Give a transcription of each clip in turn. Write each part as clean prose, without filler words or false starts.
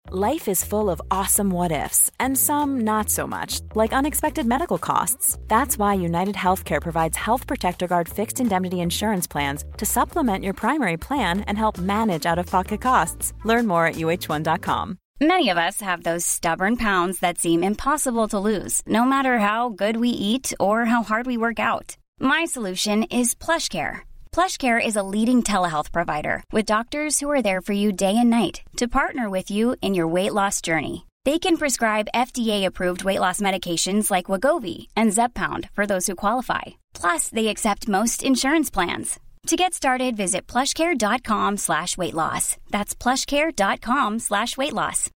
Life is full of awesome what-ifs, and some not so much, like unexpected medical costs. That's why United Healthcare provides Health Protector Guard fixed indemnity insurance plans to supplement your primary plan and help manage out-of-pocket costs. Learn more at uh1.com. Many of us have those stubborn pounds that seem impossible to lose, no matter how good we eat or how hard we work out. My solution is PlushCare. PlushCare is a leading telehealth provider with doctors who are there for you day and night to partner with you in your weight loss journey. They can prescribe FDA-approved weight loss medications like Wegovy and Zepbound for those who qualify. Plus, they accept most insurance plans. To get started, visit plushcare.com/weightloss. That's plushcare.com/weightloss.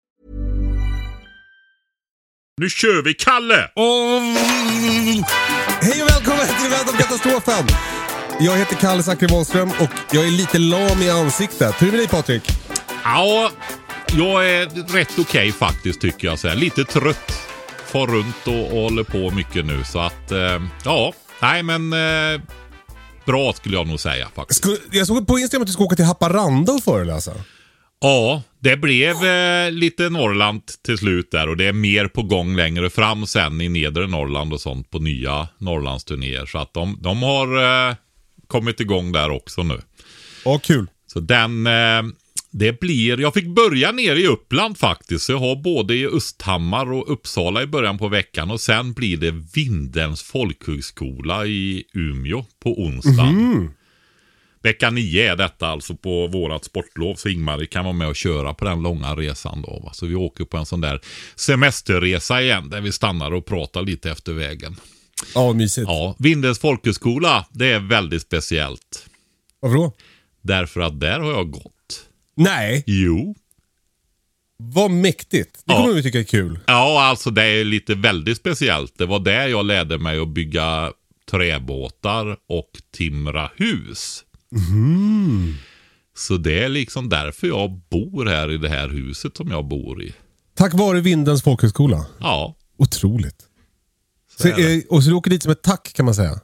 Nu kör vi, Kalle! Hej och välkommen till Vänta på katastrofen! Jag heter Kalle Zackari-Wahlström och jag är lite lam i ansiktet. Hur är det med dig, Patrik? Ja, jag är rätt okej faktiskt, tycker jag. Så här. Lite trött. Far runt och håller på mycket nu. Så att, ja. Nej, men bra skulle jag nog säga faktiskt. Jag såg på Instagram att du ska åka till Haparanda och föreläsa. Ja, det blev lite Norrland till slut där. Och det är mer på gång längre fram sen i nedre Norrland och sånt på nya Norrlandsturnéer. Så att de har kommit igång där också nu. Ja, kul. Så det blir, jag fick börja ner i Uppland faktiskt. Så jag har både i Östhammar och Uppsala i början på veckan. Och sen blir det Vindelns folkhögskola i Umeå på onsdag. Vecka 9 är detta alltså på vårat sportlov. Så Ingmar kan vara med och köra på den långa resan då. Va? Så vi åker på en sån där semesterresa igen. Där vi stannar och pratar lite efter vägen. Ja, mysigt. Ja, Vindelns folkhögskola, det är väldigt speciellt. Varför då? Därför att där har jag gått. Nej. Jo. Vad mäktigt. Det kommer vi tycka är kul. Ja, alltså det är lite väldigt speciellt. Det var där jag lärde mig att bygga träbåtar och timra hus. Så det är liksom därför jag bor här i det här huset som jag bor i. Tack vare Vindelns folkhögskola. Ja. Otroligt. Och så du åker dit som ett tack, kan man säga.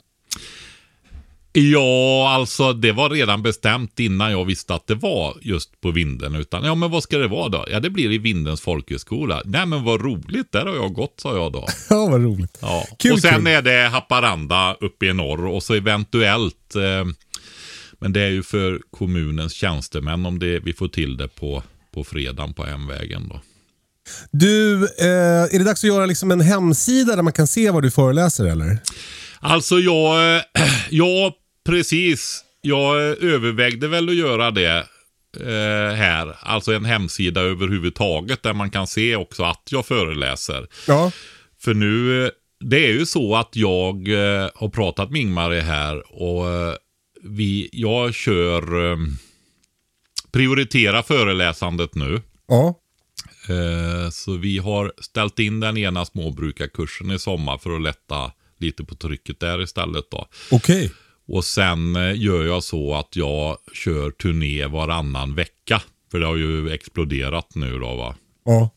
Ja, alltså det var redan bestämt innan jag visste att det var just på Vindeln. Utan, ja, men vad ska det vara då? Ja, det blir i Vindelns folkhögskola. Nej, men vad roligt, där har jag gått, sa jag då. Ja, vad roligt. Ja. Kul, och sen kul. är det Haparanda uppe i norr. Och så eventuellt, men det är ju för kommunens tjänstemän om vi får till det på fredagen på hemvägen då. Du, är det dags att göra liksom en hemsida där man kan se vad du föreläser, eller? Alltså jag precis. Jag övervägde väl att göra det här. Alltså en hemsida överhuvudtaget där man kan se också att jag föreläser. Ja. För nu, det är ju så att jag har pratat med Ingmar här och jag kör prioritera föreläsandet nu. Ja. Så vi har ställt in den ena småbrukarkursen i sommar för att lätta lite på trycket där istället då. Okej. Och sen gör jag så att jag kör turné varannan vecka. För det har ju exploderat nu då, va? Ja.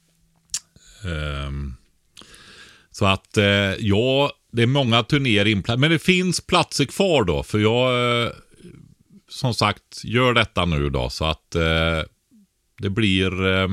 Så att ja, det är många turnéer inplanerade. Men det finns platser kvar då. För jag som sagt gör detta nu då. Så att det blir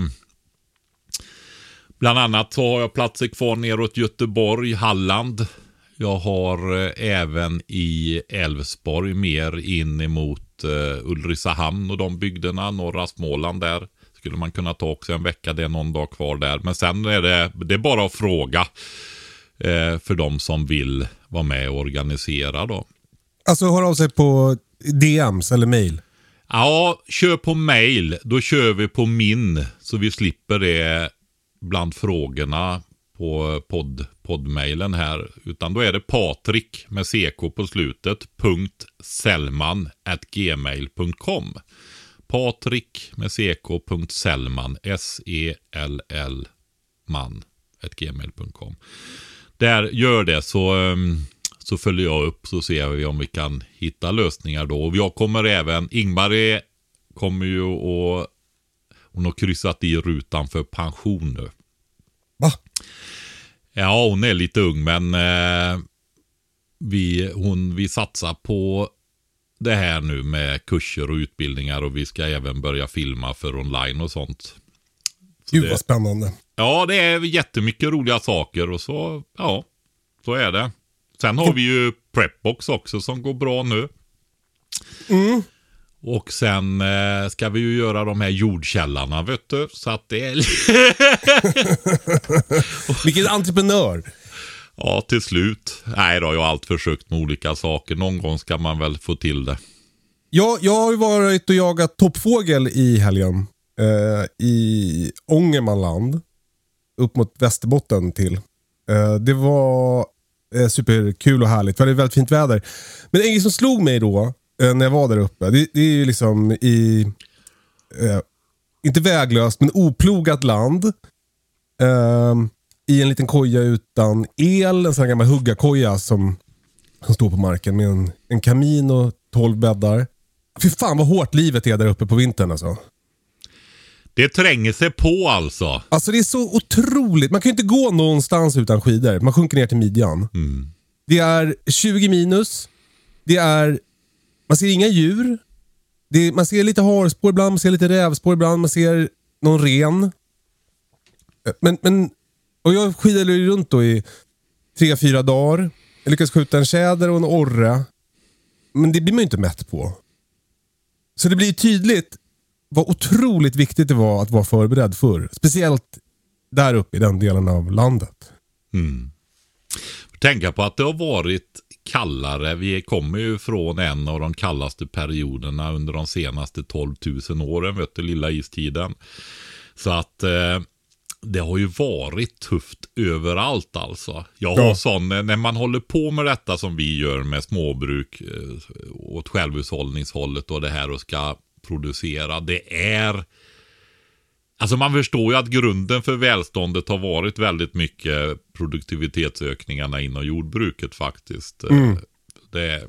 bland annat så har jag platser kvar neråt Göteborg, Halland. Jag har även i Älvsborg mer in emot Ulricehamn och de bygderna, norra Småland där. Skulle man kunna ta också en vecka, det är någon dag kvar där. Men sen är det bara att fråga för de som vill vara med och organisera då. Alltså hör av sig på DMs eller mail? Ja, kör på mail. Då kör vi på min så vi slipper det bland frågorna på poddmailen här. Utan då är det Patrik med CK på slutet .sellman@gmail.com. Patrik med CK.sellman SELL man@gmail.com. Där gör det så följer jag upp så ser vi om vi kan hitta lösningar då. Och jag kommer även, Ingmar kommer ju och hon har kryssat i rutan för pension nu. Va? Ja, hon är lite ung men vi satsar på det här nu med kurser och utbildningar och vi ska även börja filma för online och sånt. Gud vad spännande. Ja, det är jättemycket roliga saker och så, ja, så är det. Sen har vi ju Prepbox också som går bra nu. Och sen ska vi ju göra de här jordkällarna, vet du. Så att det är... Vilken entreprenör. Ja, till slut. Nej då, jag har allt försökt med olika saker. Någon gång ska man väl få till det. Ja, jag har ju varit och jagat toppfågel i helgen. I Ångermanland. Upp mot Västerbotten till. Det var superkul och härligt. Det var väldigt fint väder. Men en grej som slog mig då, när jag var där uppe. Det är ju liksom i... inte väglöst, men oplogat land. I en liten koja utan el. En sån här gammal huggarkoja som står på marken med en kamin och 12 bäddar. Fy fan vad hårt livet är där uppe på vintern alltså. Det tränger sig på alltså. Alltså det är så otroligt. Man kan ju inte gå någonstans utan skidor. Man sjunker ner till midjan. Det är 20 minus. Det är... Man ser inga djur. Man ser lite harspår ibland. Man ser lite rävspår ibland. Man ser någon ren. Och jag skidade ju runt då i 3-4 dagar. Jag lyckades skjuta en tjäder och en orre. Men det blir man ju inte mätt på. Så det blir tydligt vad otroligt viktigt det var att vara förberedd för. Speciellt där uppe i den delen av landet. Tänka på att det har varit kallare. Vi kommer ju från en av de kallaste perioderna under de senaste 12 000 åren, vet du, lilla istiden. Så att det har ju varit tufft överallt alltså. Jag har sån, när man håller på med detta som vi gör med småbruk åt självhushållningshållet och det här och ska producera, det är... Alltså man förstår ju att grunden för välståndet har varit väldigt mycket produktivitetsökningarna inom jordbruket faktiskt. Det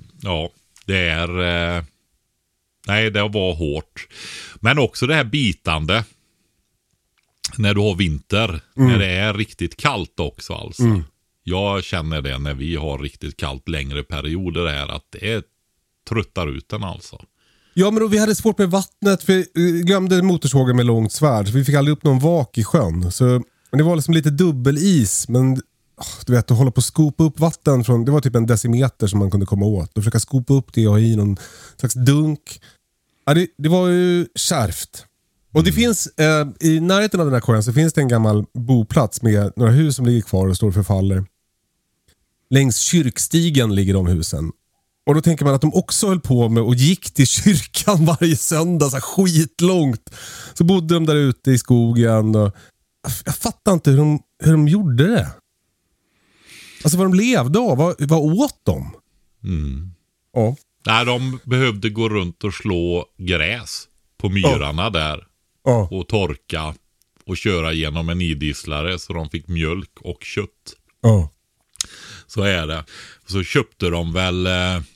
var hårt. Men också det här bitande. När du har vinter. När det är riktigt kallt också alltså. Jag känner det när vi har riktigt kallt längre perioder här. Att det tröttar ut den alltså. Ja, men då vi hade svårt med vattnet. För vi glömde motorsågen med långt svärd. Så vi fick aldrig upp någon vak i sjön. Så det var liksom lite dubbelis. Men du vet, att hålla på att skopa upp vatten från... Det var typ en decimeter som man kunde komma åt. Och försöka skopa upp det och ha i någon slags dunk. Ja, det var ju kärvt. Och det finns, i närheten av den här kojan så finns det en gammal boplats med några hus som ligger kvar och står och förfaller. Längs kyrkstigen ligger de husen. Och då tänker man att de också höll på med och gick till kyrkan varje söndag så här skitlångt. Så bodde de där ute i skogen. Och jag fattar inte hur de gjorde det. Alltså vad de levde av, vad åt de? Ja. Nej, de behövde gå runt och slå gräs på myrarna där. Och torka och köra igenom en idisslare så de fick mjölk och kött. Så är det. Så köpte de väl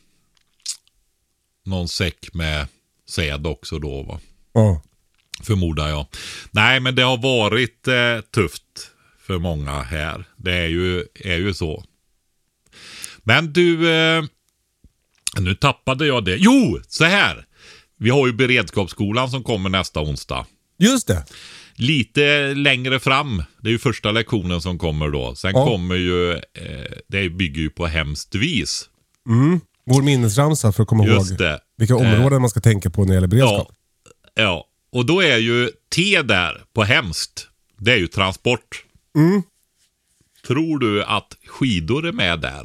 någon säck med säd också då, va? Förmodar jag. Nej, men det har varit tufft för många här. Det är ju så. Men du, nu tappade jag det. Jo, så här. Vi har ju beredskapsskolan som kommer nästa onsdag. Just det. Lite längre fram. Det är ju första lektionen som kommer då. Sen kommer ju, det bygger ju på hemskt vis. Vår minnesramsa för att komma ihåg vilka områden man ska tänka på när det gäller beredskap. Ja, och då är ju T där på hemskt. Det är ju transport. Tror du att skidor är med där?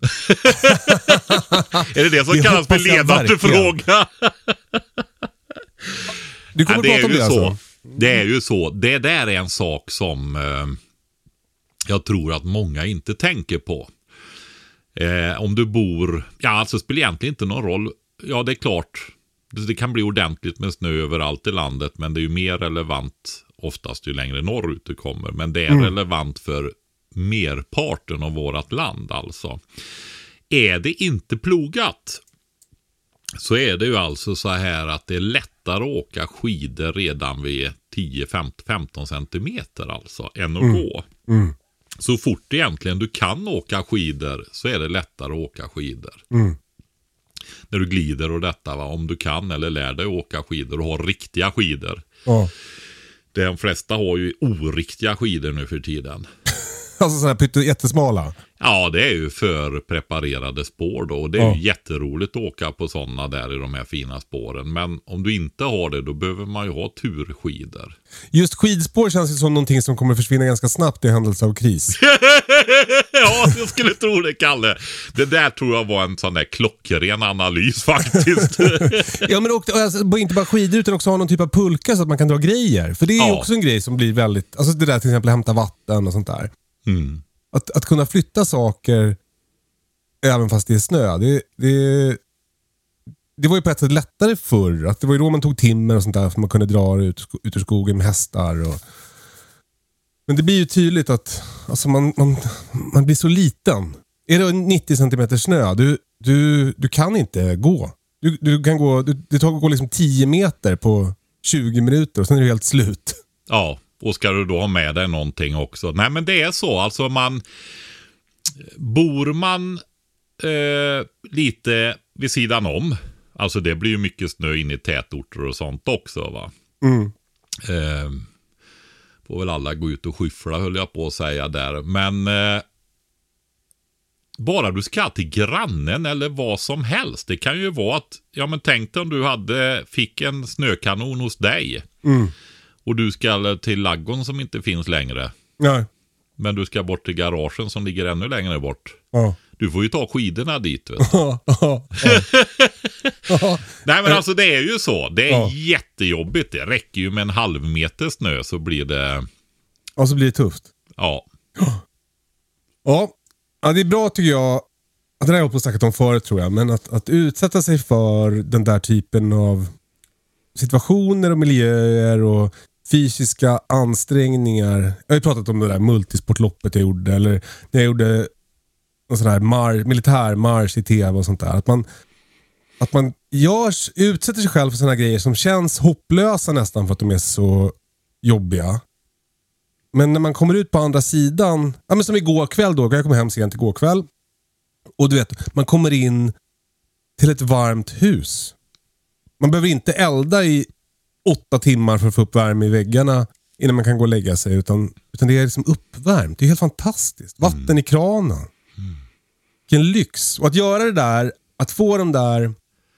Är det som kallas för ledande fråga? Du kommer prata om det alltså? Det är ju så. Det där är en sak som jag tror att många inte tänker på. Om du bor... Ja, alltså spelar egentligen inte någon roll. Ja, det är klart. Det kan bli ordentligt med snö överallt i landet. Men det är ju mer relevant oftast ju längre norrut du kommer. Men det är relevant för merparten av vårat land alltså. Är det inte plogat så är det ju alltså så här att det är lättare att åka skidor redan vid 10-15 centimeter alltså än att gå. Så fort egentligen du kan åka skidor så är det lättare att åka skidor. När du glider och detta, va? Om du kan eller lär dig åka skidor och har riktiga skidor. De flesta har ju oriktiga skidor nu för tiden. Alltså sådana här jättesmala. Ja, det är ju för preparerade spår då. Och det är ju jätteroligt att åka på sådana där i de här fina spåren. Men om du inte har det, då behöver man ju ha turskidor. Just skidspår känns ju som någonting som kommer försvinna ganska snabbt i händelse av kris. Ja, jag skulle tro det, Kalle. Det där tror jag var en sån där klockren analys faktiskt. Ja, men alltså, inte bara skidor utan också ha någon typ av pulka så att man kan dra grejer. För det är ju också en grej som blir väldigt... Alltså det där till exempel hämta vatten och sånt där. Mm. Att kunna flytta saker även fast det är snö. Det var ju på ett sätt lättare förr. Att det var ju då man tog timmer och sånt där för man kunde dra det ut ur skogen med hästar. Men det blir ju tydligt att alltså man blir så liten. Är det 90 cm snö, du kan inte gå. Du kan gå, det tar att gå liksom 10 meter på 20 minuter och sen är det helt slut. Ja, och ska du då ha med dig någonting också? Nej, men det är så. Alltså bor man lite vid sidan om. Alltså det blir ju mycket snö in i tätorter och sånt också, va? Mm. Får väl alla gå ut och skyffla, höll jag på att säga där. Men bara du ska till grannen eller vad som helst. Det kan ju vara att, ja men tänk dig om du fick en snökanon hos dig. Mm. Och du ska till laggon som inte finns längre. Nej. Men du ska bort till garagen som ligger ännu längre bort. Ja. Du får ju ta skidorna dit, vet du. Nej, men alltså det är ju så. Det är jättejobbigt. Det räcker ju med en halv meter snö så blir det... Och så blir det tufft. Ja. Ja, det är bra tycker jag. Att det där har jag på snackat om förut tror jag. Men att utsätta sig för den där typen av situationer och miljöer och fysiska ansträngningar. Jag har ju pratat om det där multisportloppet jag gjorde. Eller när jag gjorde en sån här militärmarsch i tv och sånt där. Att man utsätter sig själv för såna grejer som känns hopplösa nästan för att de är så jobbiga. Men när man kommer ut på andra sidan, ja men som igår kväll då, jag kom hem sent igår kväll. Och du vet, man kommer in till ett varmt hus. Man behöver inte elda i 8 timmar för att få upp värme i väggarna innan man kan gå och lägga sig. Utan det är liksom uppvärmt. Det är helt fantastiskt. Vatten i kranen. Vilken lyx. Och att göra det där, att få de där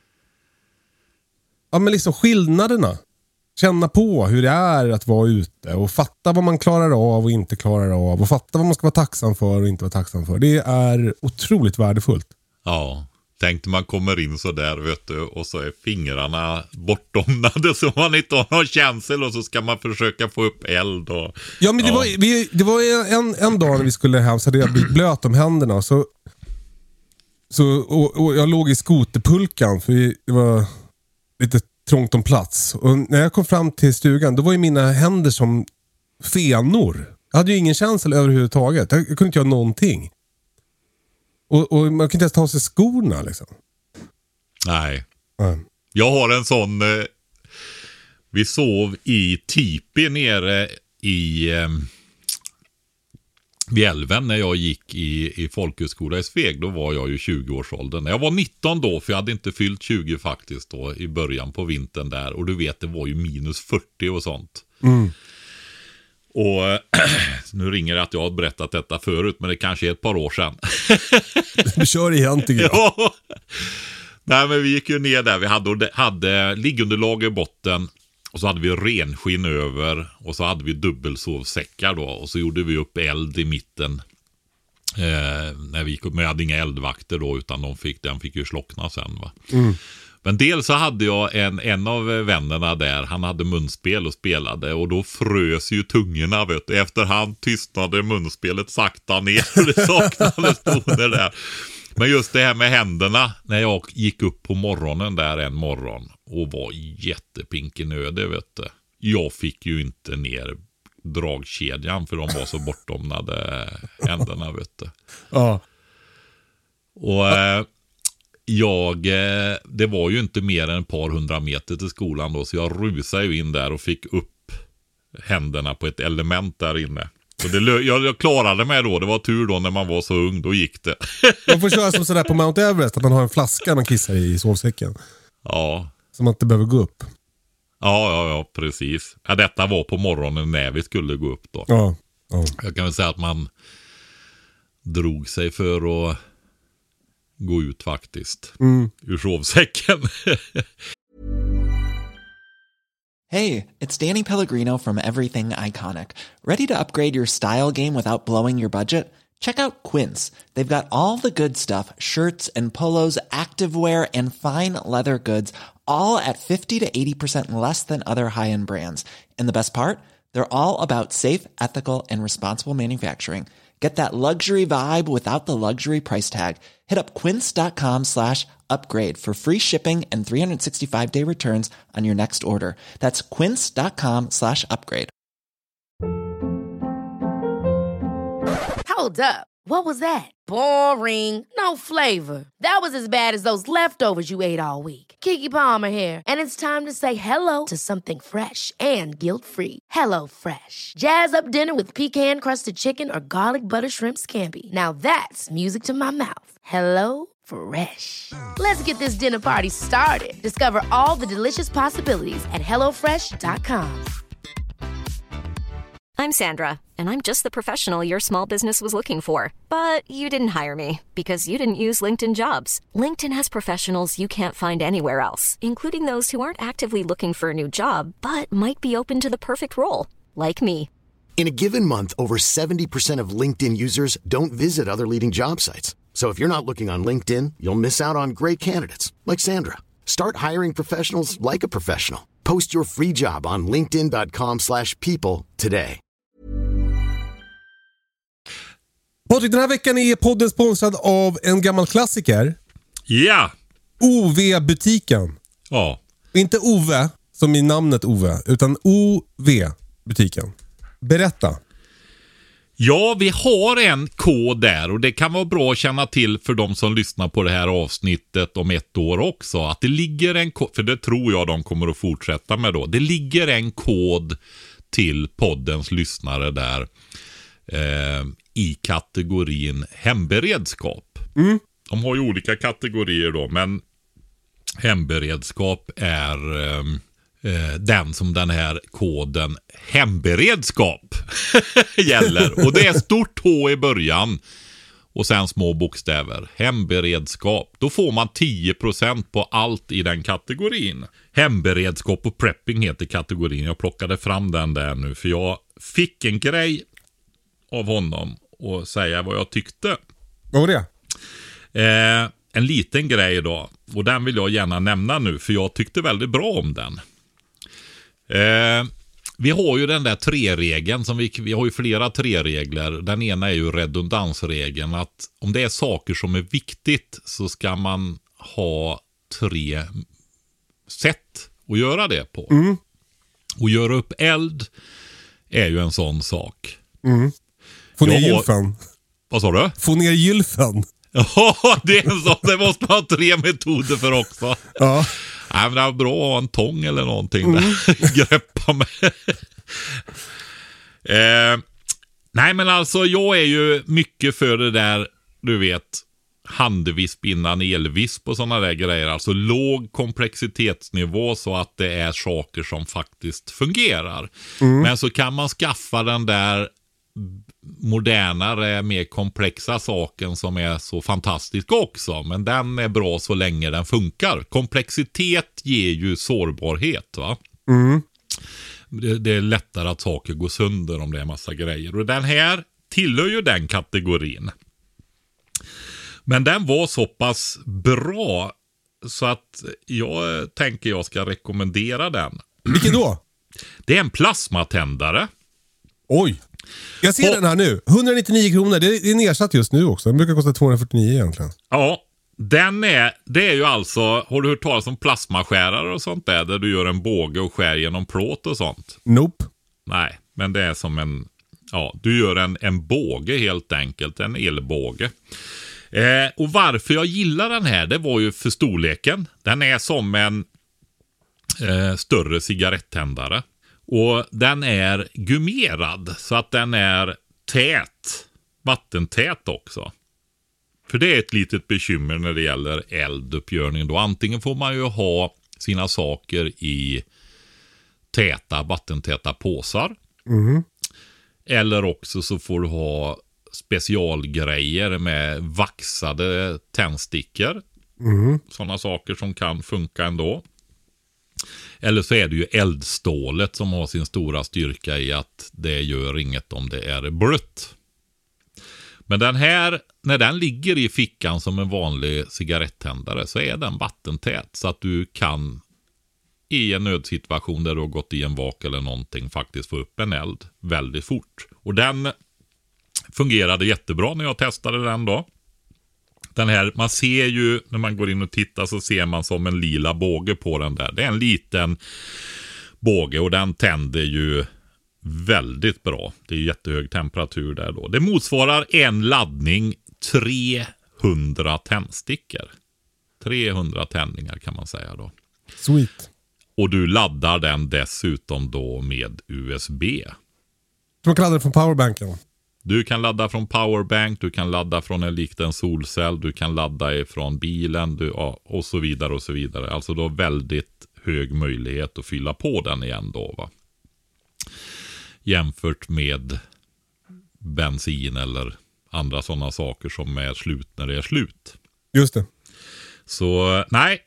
ja men liksom skillnaderna. Känna på hur det är att vara ute och fatta vad man klarar av och inte klarar av och fatta vad man ska vara tacksam för och inte vara tacksam för. Det är otroligt värdefullt. Ja, tänk man kommer in så där, vet du, och så är fingrarna bortdomnade så man inte har någon känsel och så ska man försöka få upp eld. Och, ja, men det var en dag när vi skulle hem så hade jag blivit blöt om händerna och jag låg i skoterpulkan för det var lite trångt om plats. Och när jag kom fram till stugan då var ju mina händer som fenor. Jag hade ju ingen känsel överhuvudtaget. Jag kunde inte göra någonting. Och man kunde inte ens ta av sig skorna liksom. Nej. Jag har en sån vi sov i tipi nere vid älven när jag gick i folkhögskola i Sveg. Då var jag ju 20-årsåldern. Jag var 19 då för jag hade inte fyllt 20 faktiskt då i början på vintern där. Och du vet det var ju minus 40 och sånt. Mm. Och nu ringer det att jag har berättat detta förut men det kanske är ett par år sedan. Du kör igen tycker jag. Ja. Nej men vi gick ju ner där. Vi hade liggunderlag i botten. Och så hade vi renskinn över. Och så hade vi dubbelsovsäckar då. Och så gjorde vi upp eld i mitten. När vi gick upp. Men jag hade inga eldvakter då. Utan den fick ju slockna sen va. Mm. Men dels så hade jag en av vännerna där. Han hade munspel och spelade. Och då frös ju tungorna vet du. Efterhand tystnade munspelet sakta ner. Och det saknades toner där. Men just det här med händerna. När jag gick upp på morgonen där en morgon. Och var jättepinkenödig vet du. Jag fick ju inte ner dragkedjan. För de var så bortdomnade händerna vet du. Ja. Och det var ju inte mer än ett par 100 meter till skolan då. Så jag rusade ju in där och fick upp händerna på ett element där inne. Så jag klarade mig då. Det var tur då när man var så ung. Då gick det. Man får köra som sådär på Mount Everest. Att man har en flaska man kissar i sovsäcken. Ja. Så man inte behöver gå upp. Ja, precis. Ja, detta var på morgonen när vi skulle gå upp då. Ja. Jag kan väl säga att man drog sig för att gå ut faktiskt. Ur sovsäcken. Hey, it's Danny Pellegrino from Everything Iconic. Ready to upgrade your style game without blowing your budget? Check out Quince. They've got all the good stuff, shirts and polos, activewear, and fine leather goods, all at 50 to 80% less than other high-end brands. And the best part? They're all about safe, ethical, and responsible manufacturing. Get that luxury vibe without the luxury price tag. Hit up quince.com/upgrade for free shipping and 365-day returns on your next order. That's quince.com/upgrade. Hold up. What was that? Boring. No flavor. That was as bad as those leftovers you ate all week. Keke Palmer here, and it's time to say hello to something fresh and guilt-free. Hello Fresh. Jazz up dinner with pecan-crusted chicken or garlic butter shrimp scampi. Now that's music to my mouth. Hello Fresh. Let's get this dinner party started. Discover all the delicious possibilities at hellofresh.com. I'm Sandra, and I'm just the professional your small business was looking for. But you didn't hire me because you didn't use LinkedIn Jobs. LinkedIn has professionals you can't find anywhere else, including those who aren't actively looking for a new job, but might be open to the perfect role, like me. In a given month, over 70% of LinkedIn users don't visit other leading job sites. So if you're not looking on LinkedIn, you'll miss out on great candidates, like Sandra. Start hiring professionals like a professional. Post your free job on linkedin.com/people today. Patrik, den här veckan är podden sponsrad av en gammal klassiker. Ja. OV-butiken. Ja. Inte Ove, som i namnet Ove, utan OV-butiken. Berätta. Ja, vi har en kod där och det kan vara bra att känna till för de som lyssnar på det här avsnittet om ett år också. Att det ligger en kod, för det tror jag de kommer att fortsätta med då. Det ligger en kod till poddens lyssnare där i kategorin hemberedskap. De har ju olika kategorier då, men hemberedskap är den som den här koden hemberedskap gäller. Och det är stort H i början och sen små bokstäver. Hemberedskap. Då får man 10% på allt i den kategorin. Hemberedskap och prepping heter kategorin. Jag plockade fram den där nu för jag fick en grej av honom och säga vad jag tyckte. Vad var det? En liten grej då. Och den vill jag gärna nämna nu för jag tyckte väldigt bra om den. Vi har ju den där 3-regeln som vi har ju flera 3-regler. Den ena är ju redundansregeln, att om det är saker som är viktigt så ska man ha 3 sätt att göra det på. Och göra upp eld är ju en sån sak. Få ner gylfen. Vad sa du? Få ner gylfen. Ja, det är en sån. Det måste man ha 3 metoder för också. Ja. Nej, men det är bra att ha en tång eller någonting där. Greppa med. Nej, men alltså jag är ju mycket för det där, du vet, handvisp innan elvisp och sådana där grejer. Alltså låg komplexitetsnivå så att det är saker som faktiskt fungerar. Men så kan man skaffa den där modernare, mer komplexa saken som är så fantastisk också. Men den är bra så länge den funkar. Komplexitet ger ju sårbarhet, va? Det är lättare att saker går sönder om det är massa grejer. Och den här tillhör ju den kategorin. Men den var så pass bra så att jag tänker jag ska rekommendera den. Vilken då? Det är en plasmatändare. Oj. Jag ser den här nu. 199 kronor. Det är nedsatt just nu också. Den brukar kosta 249 egentligen. Ja, det är ju alltså, har du hört talas om plasmaskärare och sånt där du gör en båge och skär genom plåt och sånt? Nope. Nej, men det är som en, ja, du gör en båge helt enkelt, en elbåge. Och varför jag gillar den här, det var ju för storleken. Den är som en större cigarettändare. Och den är gummerad så att den är tät, vattentät också. För det är ett litet bekymmer när det gäller elduppgörning då. Antingen får man ju ha sina saker i vattentäta påsar. Eller också så får du ha specialgrejer med vaxade tändstickor. Sådana saker som kan funka ändå. Eller så är det ju eldstålet som har sin stora styrka i att det gör inget om det är blött. Men den här, när den ligger i fickan som en vanlig cigarettändare, så är den vattentät. Så att du kan i en nödsituation där du har gått i en vak eller någonting faktiskt få upp en eld väldigt fort. Och den fungerade jättebra när jag testade den då. Den här, man ser ju när man går in och tittar så ser man som en lila båge på den där. Det är en liten båge och den tänder ju väldigt bra. Det är jättehög temperatur där då. Det motsvarar en laddning 300 tändstickor. 300 tändningar kan man säga då. Sweet. Och du laddar den dessutom då med USB. Man kan ladda den från powerbanken. Du kan ladda från powerbank, du kan ladda från en liten solcell, du kan ladda ifrån bilen och så vidare och så vidare. Alltså då väldigt hög möjlighet att fylla på den igen då va. Jämfört med bensin eller andra sådana saker som är slut när det är slut. Just det. Så nej,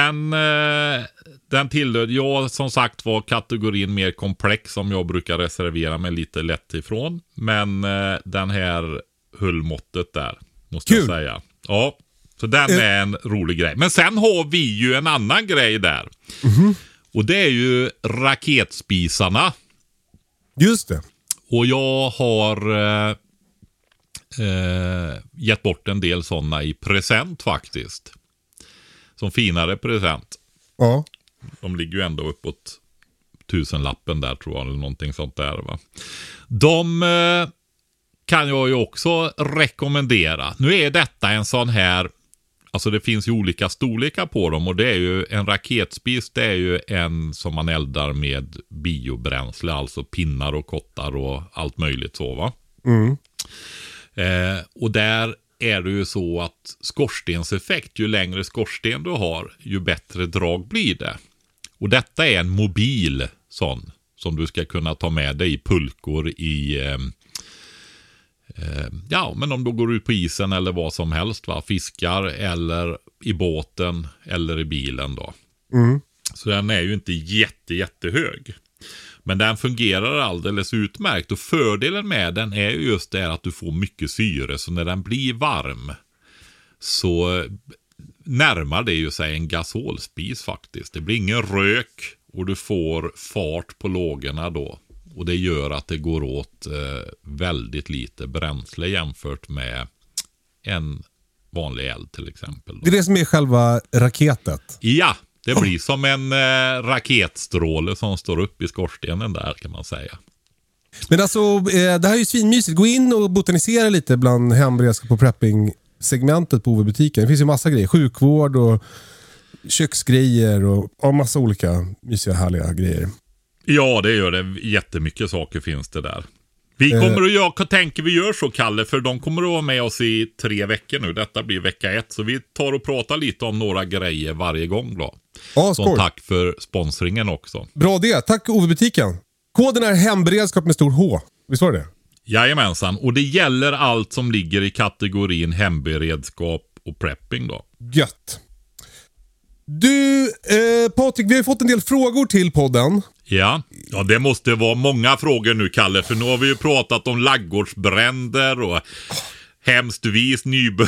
den tillhör, jag som sagt var kategorin mer komplex som jag brukar reservera mig lite lätt ifrån. Men den här höll måttet där, måste jag säga. Ja, så den är en rolig grej. Men sen har vi ju en annan grej där. Och det är ju raketspisarna. Just det. Och jag har gett bort en del sådana i present faktiskt. Som finare present. Ja. De ligger ju ändå uppåt 1000-lappen där tror jag. Eller någonting sånt där va. De kan jag ju också rekommendera. Nu är detta en sån här. Alltså det finns ju olika storlekar på dem. Och det är ju en raketspis. Det är ju en som man eldar med biobränsle. Alltså pinnar och kottar och allt möjligt så va. Och där är det ju så att skorstenseffekt, ju längre skorsten du har, ju bättre drag blir det. Och detta är en mobil sån som du ska kunna ta med dig i pulkor i ja, men om du går ut på isen eller vad som helst va, fiskar eller i båten eller i bilen då. Så den är ju inte jättehög. Men den fungerar alldeles utmärkt och fördelen med den är ju just det att du får mycket syre. Så när den blir varm så närmar det ju sig en gasolspis faktiskt. Det blir ingen rök och du får fart på lågorna då. Och det gör att det går åt väldigt lite bränsle jämfört med en vanlig eld till exempel då. Det är det som är själva raketet? Ja. Det blir som en raketstråle som står upp i skorstenen där kan man säga. Men alltså, det här är ju svinmysigt. Gå in och botanisera lite bland hemberedskap och prepping-segmentet på OV-butiken. Det finns ju massa grejer. Sjukvård och köksgrejer och massa olika mysiga, härliga grejer. Ja, det gör det. Jättemycket saker finns det där. Vi kommer att göra, tänker vi gör så, Kalle, för de kommer att vara med oss i 3 veckor nu. Detta blir vecka 1, så vi tar och pratar lite om några grejer varje gång då. Ja, så tack för sponsringen också. Bra det, tack OV-butiken. Koden är hemberedskap med stor H, visst var det? Jajamensan, och det gäller allt som ligger i kategorin hemberedskap och prepping då. Gött. Du, Patrik, vi har fått en del frågor till podden. Ja, det måste vara många frågor nu, Kalle, för nu har vi ju pratat om laggårdsbränder och hemskt vis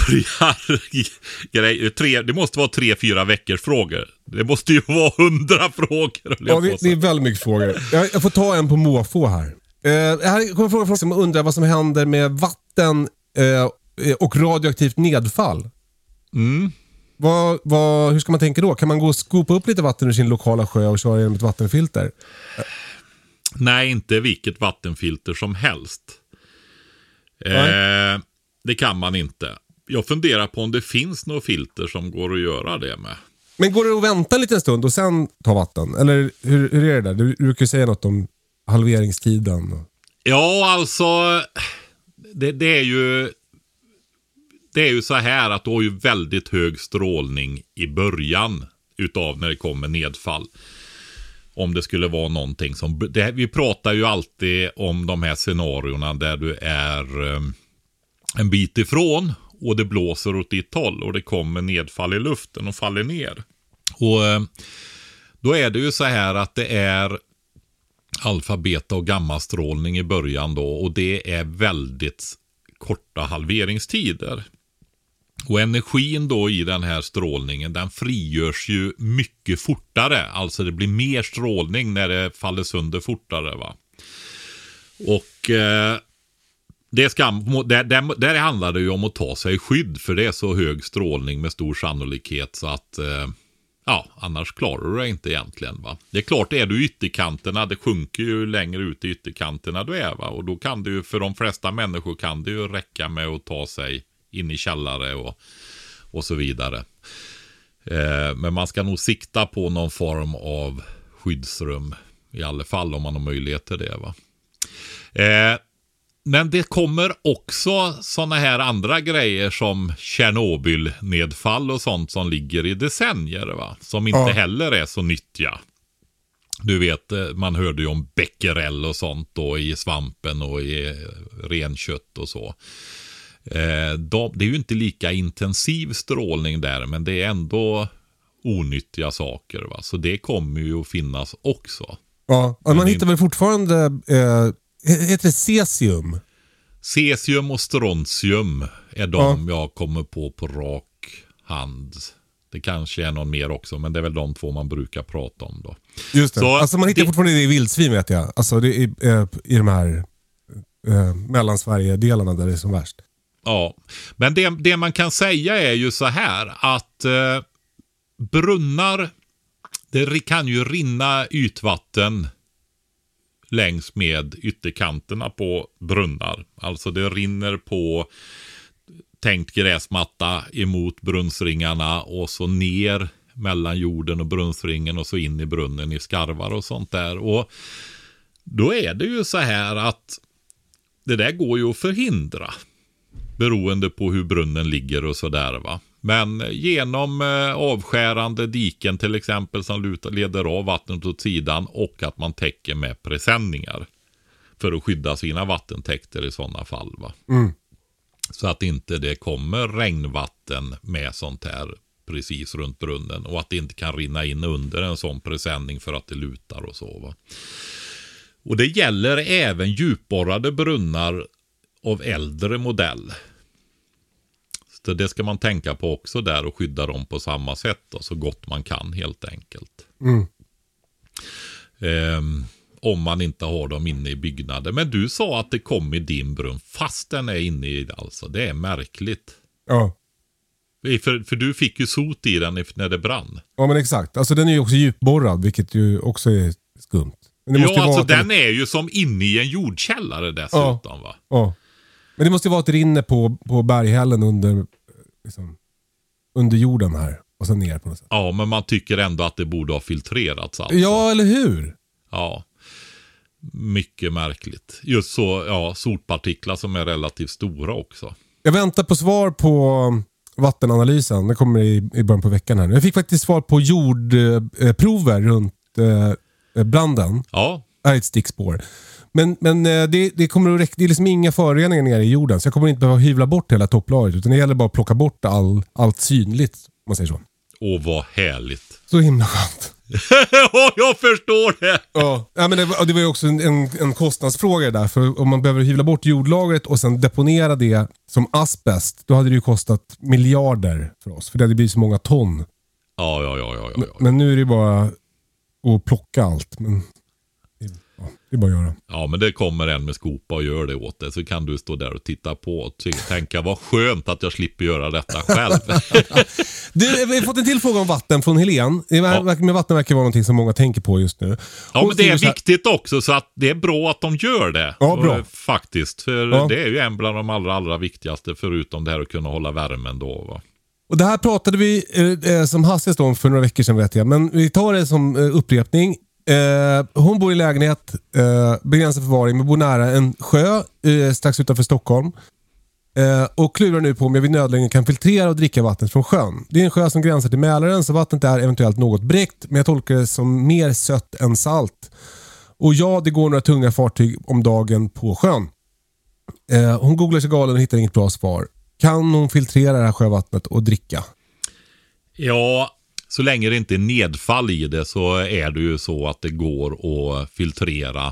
nybörjar. Det måste vara 3-4 veckors frågor. Det måste ju vara 100 frågor. Ja, det är väldigt mycket frågor. Jag får ta en på måfå här. Här kommer frågor som undrar vad som händer med vatten och radioaktivt nedfall. Hur ska man tänka då? Kan man gå och skopa upp lite vatten ur sin lokala sjö och köra genom ett vattenfilter? Nej, inte vilket vattenfilter som helst. Det kan man inte. Jag funderar på om det finns några filter som går att göra det med. Men går det att vänta en liten stund och sen ta vatten? Eller hur är det där? Du brukar säga något om halveringstiden. Ja, alltså det är ju så här att du har ju väldigt hög strålning i början utav när det kommer nedfall. Om det skulle vara någonting som... vi pratar ju alltid om de här scenarierna där du är en bit ifrån och det blåser åt ditt håll och det kommer nedfall i luften och faller ner. Och då är det ju så här att det är alfa, beta och gammastrålning i början då, och det är väldigt korta halveringstider. Och energin då i den här strålningen, den frigörs ju mycket fortare. Alltså det blir mer strålning när det faller sönder fortare, va. Och där handlar det ju om att ta sig i skydd, för det är så hög strålning med stor sannolikhet så att annars klarar du det inte egentligen, va. Det är klart, är du i ytterkanterna, det sjunker ju längre ut i ytterkanterna du är, va. Och då kan det ju, för de flesta människor kan det ju räcka med att ta sig in i källare och så vidare. Men man ska nog sikta på någon form av skyddsrum i alla fall, om man har möjlighet till det, va. Men det kommer också såna här andra grejer som Tjernobyl-nedfall och sånt som ligger i decennier, va? Som inte heller är så nyttiga. Du vet, man hörde ju om becquerel och sånt då i svampen och i renkött och så. Det är ju inte lika intensiv strålning där, men det är ändå onyttiga saker, va? Så det kommer ju att finnas också. Ja, man hittar väl fortfarande heter det cesium? Cesium och strontium är de jag kommer på rak hand. Det kanske är någon mer också, men det är väl de två man brukar prata om då. Just det. Så alltså man hittar fortfarande det i vildsvin, vet jag. Alltså det är i de här Mellansverige-delarna där det är som värst. Ja, men det man kan säga är ju så här att brunnar, det kan ju rinna ytvatten längs med ytterkanterna på brunnar. Alltså det rinner på tänkt gräsmatta emot brunnsringarna och så ner mellan jorden och brunnsringen och så in i brunnen i skarvar och sånt där. Och då är det ju så här att det där går ju att förhindra beroende på hur brunnen ligger och så där, va. Men genom avskärande diken till exempel som leder av vattnet åt sidan och att man täcker med presenningar för att skydda sina vattentäkter i sådana fall, va. Så att inte det kommer regnvatten med sånt här precis runt brunnen och att det inte kan rinna in under en sån presenning för att det lutar och så, va. Och det gäller även djupborrade brunnar av äldre modell. Så det ska man tänka på också där och skydda dem på samma sätt då, så gott man kan helt enkelt. Om man inte har dem inne i byggnader. Men du sa att det kom i din brunn fast den är inne i, alltså det är märkligt. Ja. För du fick ju sot i den när det brann. Ja, men exakt. Alltså den är ju också djupborrad, vilket ju också är skumt. Men ja, alltså den är ju som inne i en jordkällare dessutom, va? Ja. Men det måste ju vara ett rinne på berghällen under jorden här och sen ner på något sätt. Ja, men man tycker ändå att det borde ha filtrerats alltså. Ja, eller hur? Ja. Mycket märkligt. Just så, ja, sotpartiklar som är relativt stora också. Jag väntar på svar på vattenanalysen. Det kommer i början på veckan här. Jag fick faktiskt svar på jordprover runt branden. Ja. Det är ett stickspår. Men det kommer att räcka. Det är liksom inga föroreningar nere i jorden. Så jag kommer inte behöva hyvla bort hela topplagret. Utan det gäller bara att plocka bort allt synligt, om man säger så. Åh, vad härligt. Så himla skönt. Jag förstår det. Ja, men det var ju också en kostnadsfråga där. För om man behöver hyvla bort jordlagret och sen deponera det som asbest, då hade det ju kostat miljarder för oss. För det hade blivit så många ton. Ja. Men nu är det bara att plocka allt. Men det är bara att göra. Ja, men det kommer en med skopa och gör det åt det. Så kan du stå där och titta på och tänka vad skönt att jag slipper göra detta själv. Vi har fått en till fråga om vatten från Helen. Med vatten verkar vara någonting som många tänker på just nu. Ja, men det är viktigt också, så att det är bra att de gör det. Ja, bra. Faktiskt, för det är ju en bland de allra viktigaste, förutom det här att kunna hålla värmen då, va. Och det här pratade vi som hastigast om för några veckor sedan, vet jag. Men vi tar det som upprepning. Hon bor i lägenhet, begränsad förvaring, men bor nära en sjö strax utanför Stockholm. Och klurar nu på om jag vid nödlägen kan filtrera och dricka vattnet från sjön. Det är en sjö som gränsar till Mälaren, så vattnet är eventuellt något bräckt, men jag tolkar det som mer sött än salt. Och ja, det går några tunga fartyg om dagen på sjön. Hon googlar sig galen och hittar inget bra svar. Kan hon filtrera det här sjövattnet och dricka? Ja, så länge det inte är nedfall i det så är det ju så att det går att filtrera.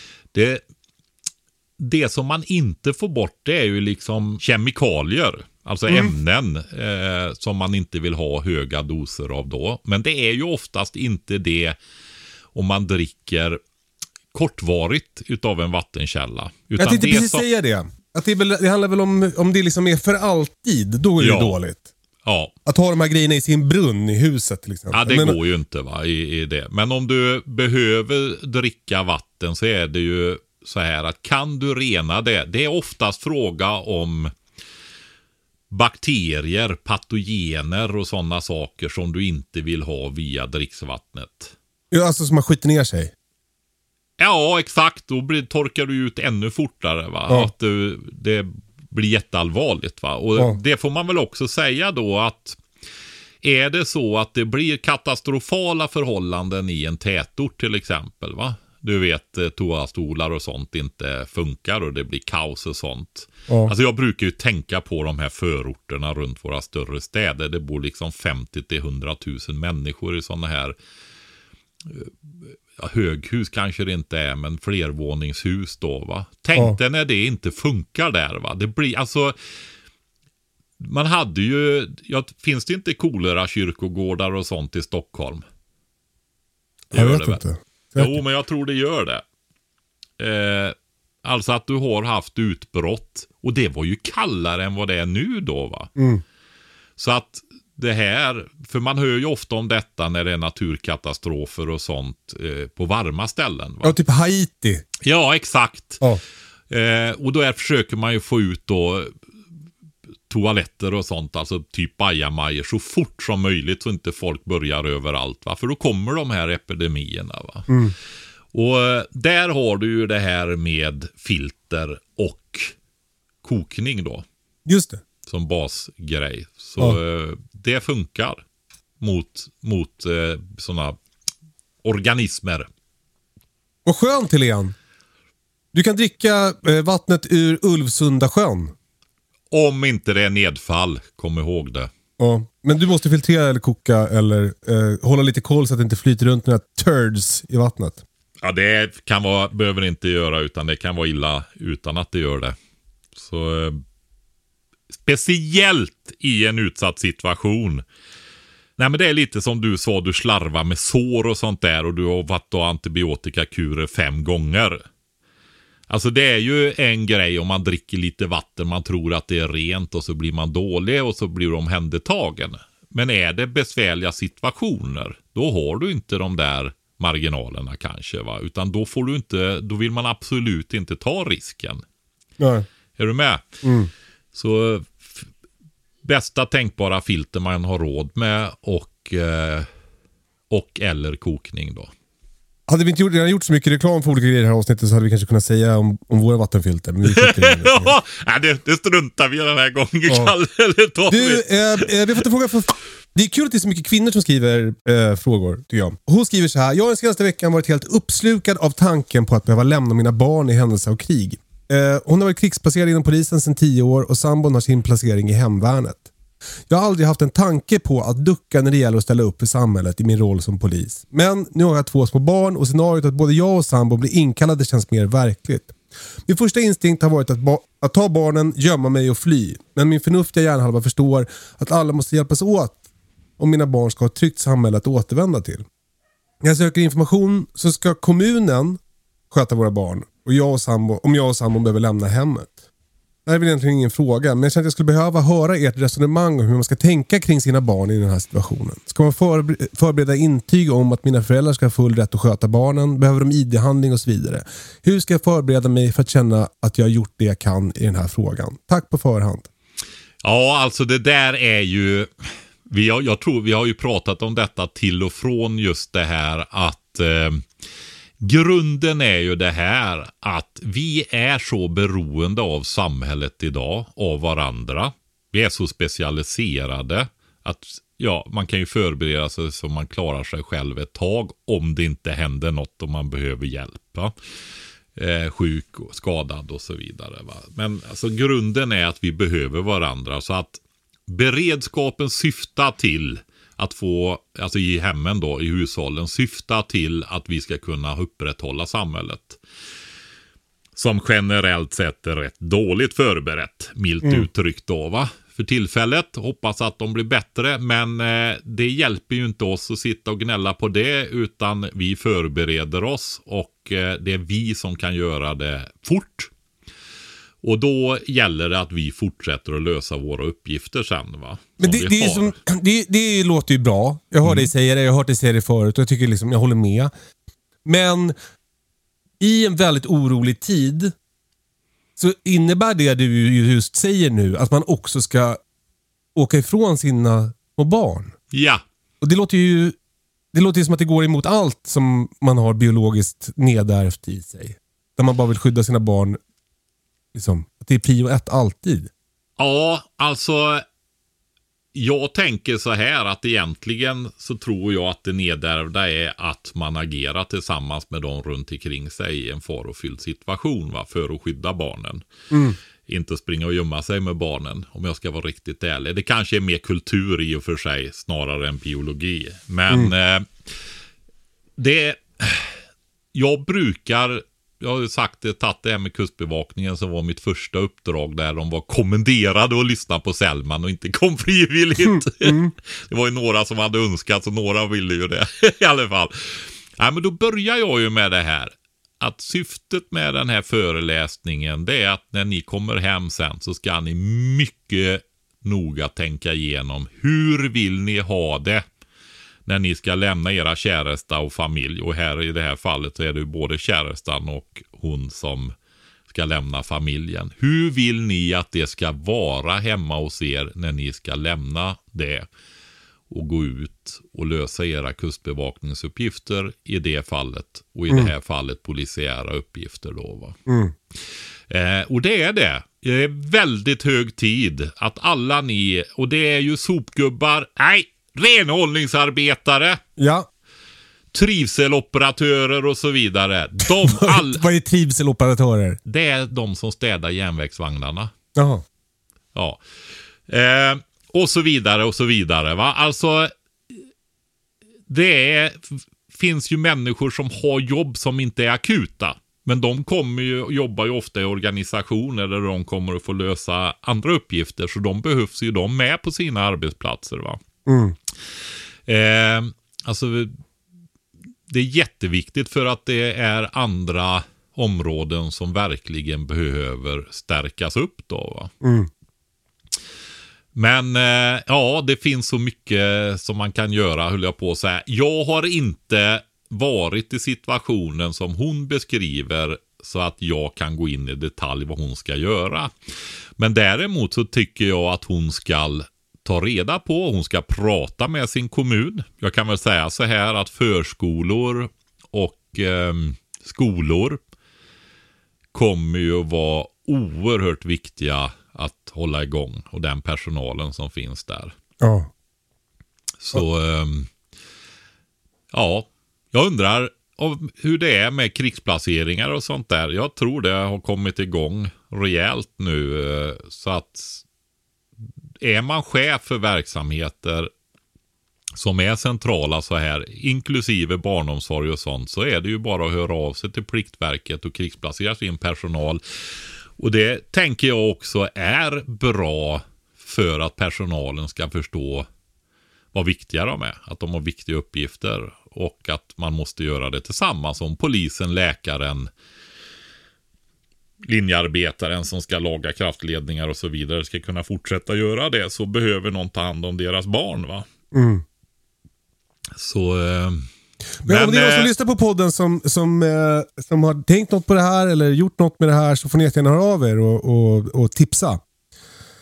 Det som man inte får bort, det är ju liksom kemikalier. Alltså ämnen som man inte vill ha höga doser av då. Men det är ju oftast inte det om man dricker kortvarigt utav en vattenkälla. Utan jag tänkte precis säga det. Att det handlar väl om det liksom är för alltid, då är det dåligt. Ja. Att ha de här grejerna i sin brunn i huset till exempel. Ja, det går ju inte i det. Men om du behöver dricka vatten så är det ju så här att kan du rena det? Det är oftast fråga om bakterier, patogener och sådana saker som du inte vill ha via dricksvattnet. Ja, alltså som man skiter ner sig. Ja, exakt. Då torkar du ut ännu fortare, va? Ja. Att det blir jätteallvarligt, va? Och det får man väl också säga då att är det så att det blir katastrofala förhållanden i en tätort till exempel, va? Du vet, toastolar och sånt inte funkar och det blir kaos och sånt. Ja. Alltså jag brukar ju tänka på de här förorterna runt våra större städer. Det bor liksom 50-100 000 människor i sådana här höghus kanske det inte är, men flervåningshus då, va? Tänk dig när det inte funkar där, va? Det blir alltså, man hade ju, finns det inte kolera kyrkogårdar och sånt i Stockholm? Jag vet inte. Jo, men jag tror det gör det. Alltså att du har haft utbrott, och det var ju kallare än vad det är nu då, va? Så att det här, för man hör ju ofta om detta när det är naturkatastrofer och sånt på varma ställen, va? Ja, typ Haiti. Ja, exakt. Och då försöker man ju få ut då toaletter och sånt, alltså typ bajamajor så fort som möjligt så inte folk börjar överallt, va? För då kommer de här epidemierna, va? Och där har du ju det här med filter och kokning då. Just det. Som basgrej. Så det funkar mot sådana organismer. Och skönt, Helén. Du kan dricka vattnet ur Ulvsunda sjön. Om inte det är nedfall, kom ihåg det. Ja, men du måste filtrera eller koka eller hålla lite koll så att det inte flyter runt några turds i vattnet. Ja, det behöver inte göra, utan det kan vara illa utan att det gör det. Så speciellt i en utsatt situation. Nej, men det är lite som du sa, du slarvar med sår och sånt där och du har varit då antibiotikakurer 5 gånger. Alltså det är ju en grej om man dricker lite vatten, man tror att det är rent och så blir man dålig och så blir de omhändertagen. Men är det besvärliga situationer, då har du inte de där marginalerna kanske, va? Utan då vill man absolut inte ta risken. Nej. Är du med? Så bästa tänkbara filter man har råd med och eller kokning då. Hade vi inte gjort så mycket reklam för olika grejer i det här avsnittet så hade vi kanske kunnat säga om våra vattenfilter. Men det struntar vi den här gången. Vi har fått en fråga från... Det är kul att det är så mycket kvinnor som skriver frågor, tycker jag. Hon skriver så här: jag har den senaste veckan varit helt uppslukad av tanken på att behöva lämna mina barn i händelse av krig. Hon har varit krigsplacerad inom polisen sedan 10 år och sambon har sin placering i hemvärnet. Jag har aldrig haft en tanke på att ducka när det gäller att ställa upp för samhället i min roll som polis. Men nu har jag 2 små barn och scenariot att både jag och sambon blir inkallade känns mer verkligt. Min första instinkt har varit att ta barnen, gömma mig och fly. Men min förnuftiga hjärnhalva förstår att alla måste hjälpas åt om mina barn ska ha ett tryggt samhälle att återvända till. När jag söker information så ska kommunen sköta våra barn och om jag och sambon behöver lämna hemmet. Det här är väl egentligen ingen fråga, men jag känner att jag skulle behöva höra ert resonemang om hur man ska tänka kring sina barn i den här situationen. Ska man förbereda intyg om att mina föräldrar ska ha full rätt att sköta barnen? Behöver de ID-handling och så vidare? Hur ska jag förbereda mig för att känna att jag har gjort det jag kan i den här frågan? Tack på förhand. Ja, alltså det där är ju... Jag tror vi har ju pratat om detta till och från, just det här att Grunden är ju det här att vi är så beroende av samhället idag, av varandra. Vi är så specialiserade att man kan ju förbereda sig så man klarar sig själv ett tag om det inte händer något och man behöver hjälp. Va? Sjuk och skadad och så vidare. Va? Men alltså, grunden är att vi behöver varandra, så att beredskapen syftar till att få, alltså i hemmen då, i hushållen, syftar till att vi ska kunna upprätthålla samhället. Som generellt sett är rätt dåligt förberett, milt uttryckt då, va? För tillfället, hoppas att de blir bättre, men det hjälper ju inte oss att sitta och gnälla på det, utan vi förbereder oss och det är vi som kan göra det fort. Och då gäller det att vi fortsätter att lösa våra uppgifter sen, va? Men det låter ju bra. Jag hör dig säga det, jag har hört dig säga det förut och jag tycker liksom, jag håller med. Men i en väldigt orolig tid så innebär det du just säger nu att man också ska åka ifrån sina små barn. Ja. Och det låter ju som att det går emot allt som man har biologiskt nedärvt i sig. Där man bara vill skydda sina barn. Liksom, att det är prio 1 alltid. Ja, alltså jag tänker så här att egentligen så tror jag att det nedärvda är att man agerar tillsammans med dem runt omkring sig i en farofylld situation, va, för att skydda barnen. Inte springa och gömma sig med barnen, om jag ska vara riktigt ärlig. Det kanske är mer kultur i och för sig snarare än biologi. Men jag har ju sagt det, tagit det här med kustbevakningen som var mitt första uppdrag, där de var kommenderade att lyssna på Selman och inte kom frivilligt. Det var ju några som hade önskat, så några ville ju det i alla fall. Ja, men då börjar jag ju med det här. Att syftet med den här föreläsningen, det är att när ni kommer hem sen så ska ni mycket noga tänka igenom hur vill ni ha det när ni ska lämna era käresta och familj. Och här i det här fallet så är det både kärestan och hon som ska lämna familjen. Hur vill ni att det ska vara hemma hos er när ni ska lämna det och gå ut och lösa era kustbevakningsuppgifter i det fallet, och i det här fallet polisiära uppgifter då, va? Och det är det. Det är väldigt hög tid att alla ni, och det är ju sopgubbar, renhållningsarbetare, trivseloperatörer och så vidare. Vad är trivseloperatörer? Det är de som städar järnvägsvagnarna. Jaha. Ja. Och så vidare och så vidare, va? Alltså finns ju människor som har jobb som inte är akuta, men de jobbar ju ofta i organisationer där de kommer att få lösa andra uppgifter, så de behövs ju de med på sina arbetsplatser, va? Alltså det är jätteviktigt, för att det är andra områden som verkligen behöver stärkas upp då, va? Men det finns så mycket som man kan göra, höll jag på att säga. Jag har inte varit i situationen som hon beskriver så att jag kan gå in i detalj vad hon ska göra. Men däremot så tycker jag att hon ska ta reda på, hon ska prata med sin kommun. Jag kan väl säga så här att förskolor och skolor kommer ju att vara oerhört viktiga att hålla igång, och den personalen som finns där. Ja. Så jag undrar hur det är med krigsplaceringar och sånt där. Jag tror det har kommit igång rejält nu, så att är man chef för verksamheter som är centrala så här, inklusive barnomsorg och sånt, så är det ju bara att höra av sig till Pliktverket och krigsplacera sin personal. Och det tänker jag också är bra för att personalen ska förstå vad viktiga de är. Att de har viktiga uppgifter och att man måste göra det tillsammans, som polisen, läkaren, linjearbetaren som ska laga kraftledningar och så vidare ska kunna fortsätta göra det, så behöver någon ta hand om deras barn, va? Så men om det är någon som lyssnar på podden som har tänkt något på det här eller gjort något med det här, så får ni gärna höra av er och tipsa.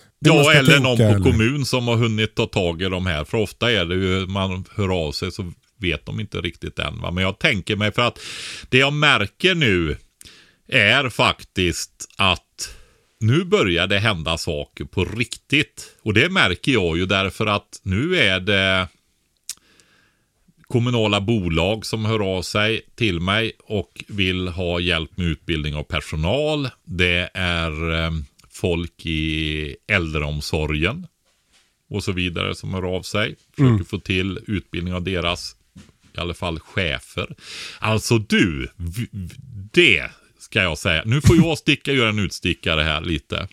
Eller någon på kommun som har hunnit ta tag i de här. För ofta är det ju, man hör av sig så vet de inte riktigt än. Va? Men jag tänker mig, för att det jag märker nu är faktiskt att nu börjar det hända saker på riktigt. Och det märker jag ju därför att nu är det kommunala bolag som hör av sig till mig och vill ha hjälp med utbildning av personal. Det är folk i äldreomsorgen och så vidare som hör av sig. Försöker få till utbildning av deras, i alla fall chefer. Alltså det ska jag säga. Nu får jag göra en utstickare här lite.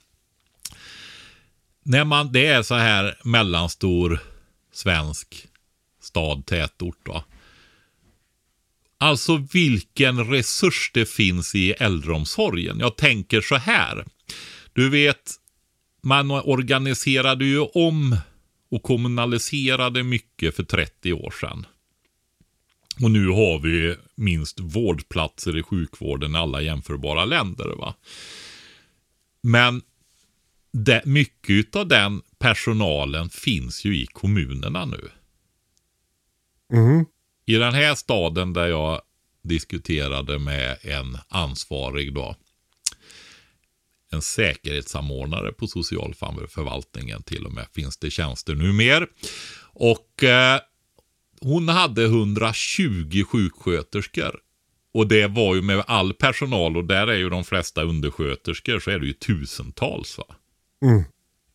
När det är så här mellanstor svensk stad, tätort då. Alltså vilken resurs det finns i äldreomsorgen. Jag tänker så här. Du vet, man organiserade ju om och kommunaliserade mycket för 30 år sedan. Och nu har vi minst vårdplatser i sjukvården i alla jämförbara länder, va? Men mycket av den personalen finns ju i kommunerna nu. Mm. I den här staden där jag diskuterade med en ansvarig då, en säkerhetssamordnare på socialförvaltningen till och med, finns det tjänster nu mer. Och hon hade 120 sjuksköterskor. Och det var ju med all personal, och där är ju de flesta undersköterskor, så är det ju tusentals, va? Mm.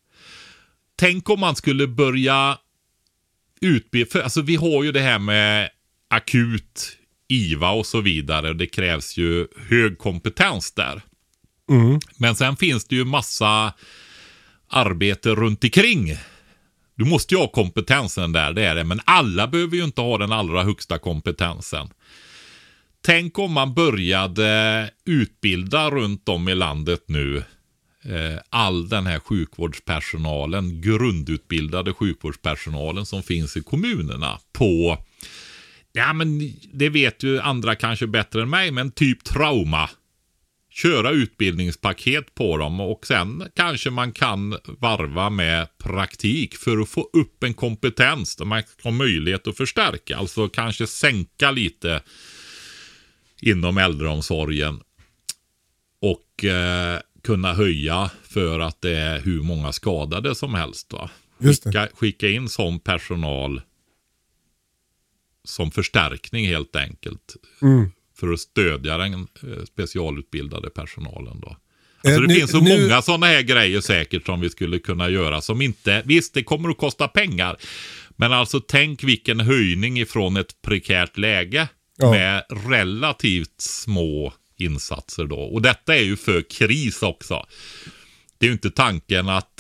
Tänk om man skulle börja utbilda, alltså vi har ju det här med akut, IVA och så vidare. Det krävs ju hög kompetens där. Mm. Men sen finns det ju massa arbete runt omkring. Du måste ju ha kompetensen där, det är det. Men alla behöver ju inte ha den allra högsta kompetensen. Tänk om man började utbilda runt om i landet nu all den här sjukvårdspersonalen, grundutbildade sjukvårdspersonalen som finns i kommunerna på, ja men det vet ju andra kanske bättre än mig, men typ trauma. Köra utbildningspaket på dem, och sen kanske man kan varva med praktik för att få upp en kompetens där man har möjlighet att förstärka. Alltså kanske sänka lite inom äldreomsorgen och kunna höja för att det är hur många skadade som helst. Va? Skicka in som personal som förstärkning helt enkelt. För att stödja den specialutbildade personalen då. Alltså det finns så många sådana här grejer säkert som vi skulle kunna göra som inte, visst det kommer att kosta pengar, men alltså tänk vilken höjning ifrån ett prekärt läge med relativt små insatser då. Och detta är ju för kris också. Det är ju inte tanken att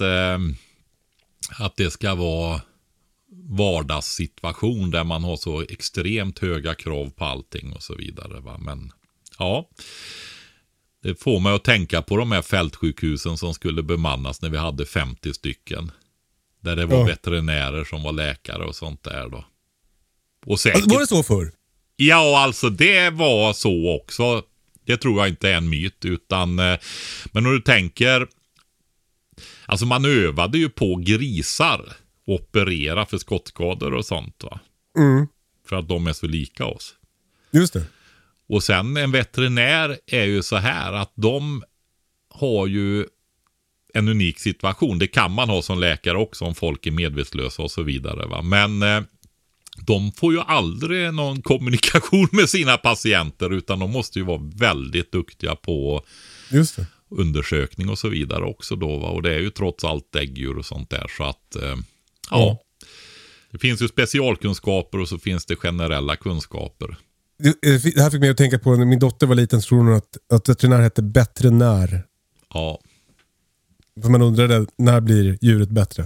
det ska vara vardagssituation där man har så extremt höga krav på allting och så vidare, va? Men ja, det får mig att tänka på de här fältsjukhusen som skulle bemannas när vi hade 50 stycken. Där det var veterinärer som var läkare och sånt där då. Och säkert, alltså, var det så förr? Ja, alltså det var så också. Det tror jag inte är en myt, utan men när du tänker, alltså man övade ju på grisar, operera för skottskador och sånt, va? För att de är så lika oss. Just det. Och sen en veterinär är ju så här att de har ju en unik situation. Det kan man ha som läkare också om folk är medvetslösa och så vidare, va? Men de får ju aldrig någon kommunikation med sina patienter, utan de måste ju vara väldigt duktiga på just det. Undersökning och så vidare också då, va? Och det är ju trots allt däggdjur och sånt där, så att ja. Det finns ju specialkunskaper och så finns det generella kunskaper. Det här fick mig att tänka på när min dotter var liten, så tror hon att veterinär hette bättre när. Ja. För man undrade, när blir djuret bättre?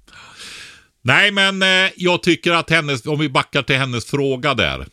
Nej, men jag tycker att om vi backar till hennes fråga där.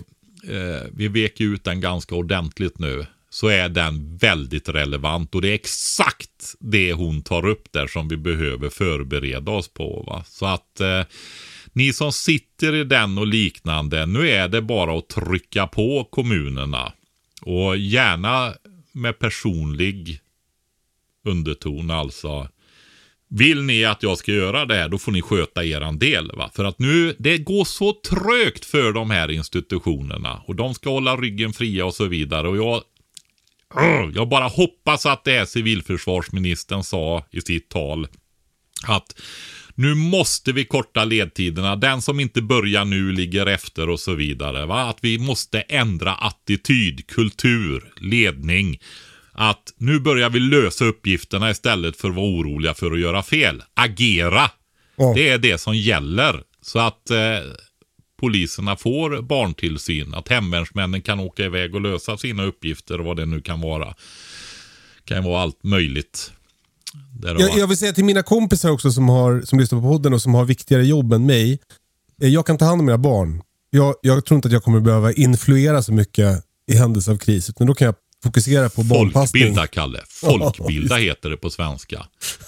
Vi vek ut den ganska ordentligt nu. Så är den väldigt relevant. Och det är exakt det hon tar upp där som vi behöver förbereda oss på. Va? Så att ni som sitter i den och liknande, nu är det bara att trycka på kommunerna. Och gärna med personlig underton, alltså. Vill ni att jag ska göra det här, då får ni sköta eran del. Va? För att nu, det går så trögt för de här institutionerna. Och de ska hålla ryggen fria och så vidare. Och jag bara hoppas att det är civilförsvarsministern sa i sitt tal. Att nu måste vi korta ledtiderna. Den som inte börjar nu ligger efter och så vidare. Va? Att vi måste ändra attityd, kultur, ledning. Att nu börjar vi lösa uppgifterna istället för att vara oroliga för att göra fel. Agera. Det är det som gäller. Så att poliserna får barntillsyn. Att hemvärnsmännen kan åka iväg och lösa sina uppgifter och vad det nu kan vara. Det kan vara allt möjligt. Jag vill säga till mina kompisar också som lyssnar på podden och som har viktigare jobb än mig. Jag kan ta hand om mina barn. Jag tror inte att jag kommer behöva influera så mycket i händelse av kris. Men då kan jag fokusera på barnpassning. Folkbilda, Kalle. Folkbilda heter det på svenska.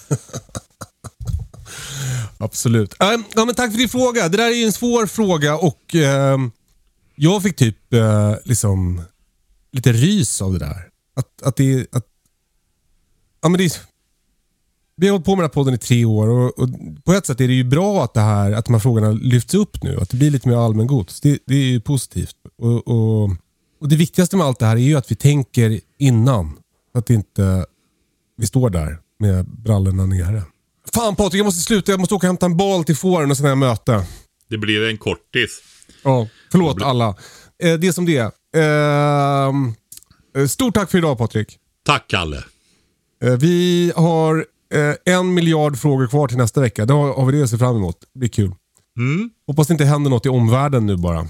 Absolut. Ja, men tack för din fråga. Det där är ju en svår fråga och jag fick typ liksom lite rys av det där. Vi har hållit på med den här podden i 3 år och på ett sätt är det ju bra att att de här frågorna lyfts upp nu. Att det blir lite mer allmängods. Det är ju positivt. Och det viktigaste med allt det här är ju att vi tänker innan. Att inte vi står där med brallorna nere. Fan Patrik, jag måste sluta. Jag måste åka och hämta en boll till fåren och sådana här möte. Det blir en kortis. Ja, förlåt alla. Det är som det är. Stort tack för idag Patrik. Tack Kalle. Vi har 1 miljard frågor kvar till nästa vecka. Då har vi det att se fram emot. Det blir kul. Hoppas det inte händer något i omvärlden nu bara.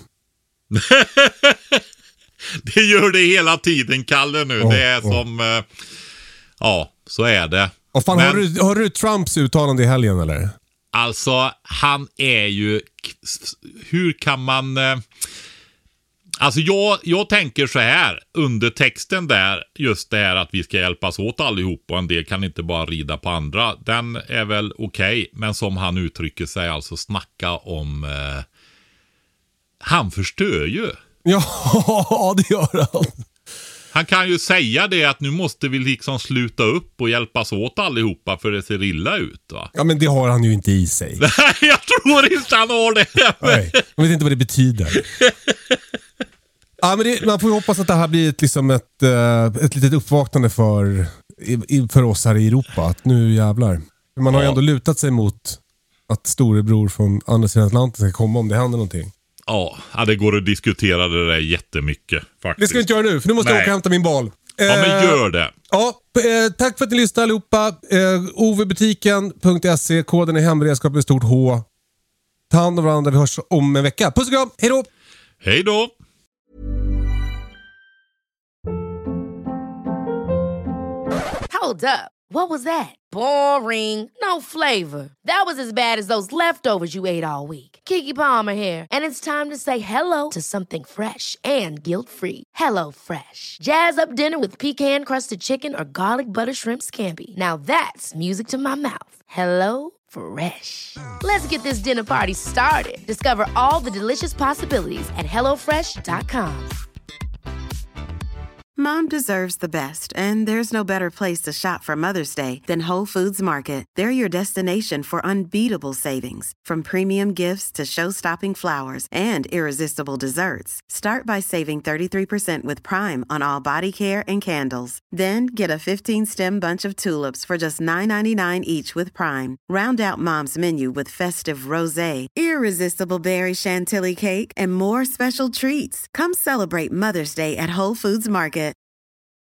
Det gör det hela tiden, Kalle, nu. Det är som... så är det. Och fan, har du Trumps uttalande i helgen, eller? Alltså, han är ju... Hur kan man... Alltså, jag tänker så här. Under texten där, just det här att vi ska hjälpas åt allihop och en del kan inte bara rida på andra. Den är väl okej, men som han uttrycker sig, alltså snacka om... han förstör ju. Ja, det gör han. Han kan ju säga det att nu måste vi liksom sluta upp och hjälpas åt allihopa för det ser illa ut, va? Ja, men det har han ju inte i sig. Nej, jag tror inte han har det. Nej, jag vet inte vad det betyder. Ja, men man får ju hoppas att det här blir ett litet uppvaknande för oss här i Europa. Att nu jävlar. Man har ju ändå lutat sig mot att storebror från andra sidan Atlanten ska komma om det händer någonting. Ja, det går att diskutera det där jättemycket faktiskt. Det ska vi inte göra nu, för nu måste jag åka och hämta min boll. Ja, men gör det. Ja, tack för att ni lyssnade allihopa. ovbutiken.se, koden är hemberedskap med stort H. Ta hand om varandra, vi hörs om en vecka. Puss och kram, hej då! Hej då! Hold up. What was that? Boring. No flavor. That was as bad as those leftovers you ate all week. Keke Palmer here, and it's time to say hello to something fresh and guilt-free. Hello Fresh. Jazz up dinner with pecan-crusted chicken or garlic butter shrimp scampi. Now that's music to my mouth. Hello Fresh. Let's get this dinner party started. Discover all the delicious possibilities at hellofresh.com. Mom deserves the best, and there's no better place to shop for Mother's Day than Whole Foods Market. They're your destination for unbeatable savings, from premium gifts to show-stopping flowers and irresistible desserts. Start by saving 33% with Prime on all body care and candles. Then get a 15-stem bunch of tulips for just $9.99 each with Prime. Round out Mom's menu with festive rosé, irresistible berry chantilly cake, and more special treats. Come celebrate Mother's Day at Whole Foods Market.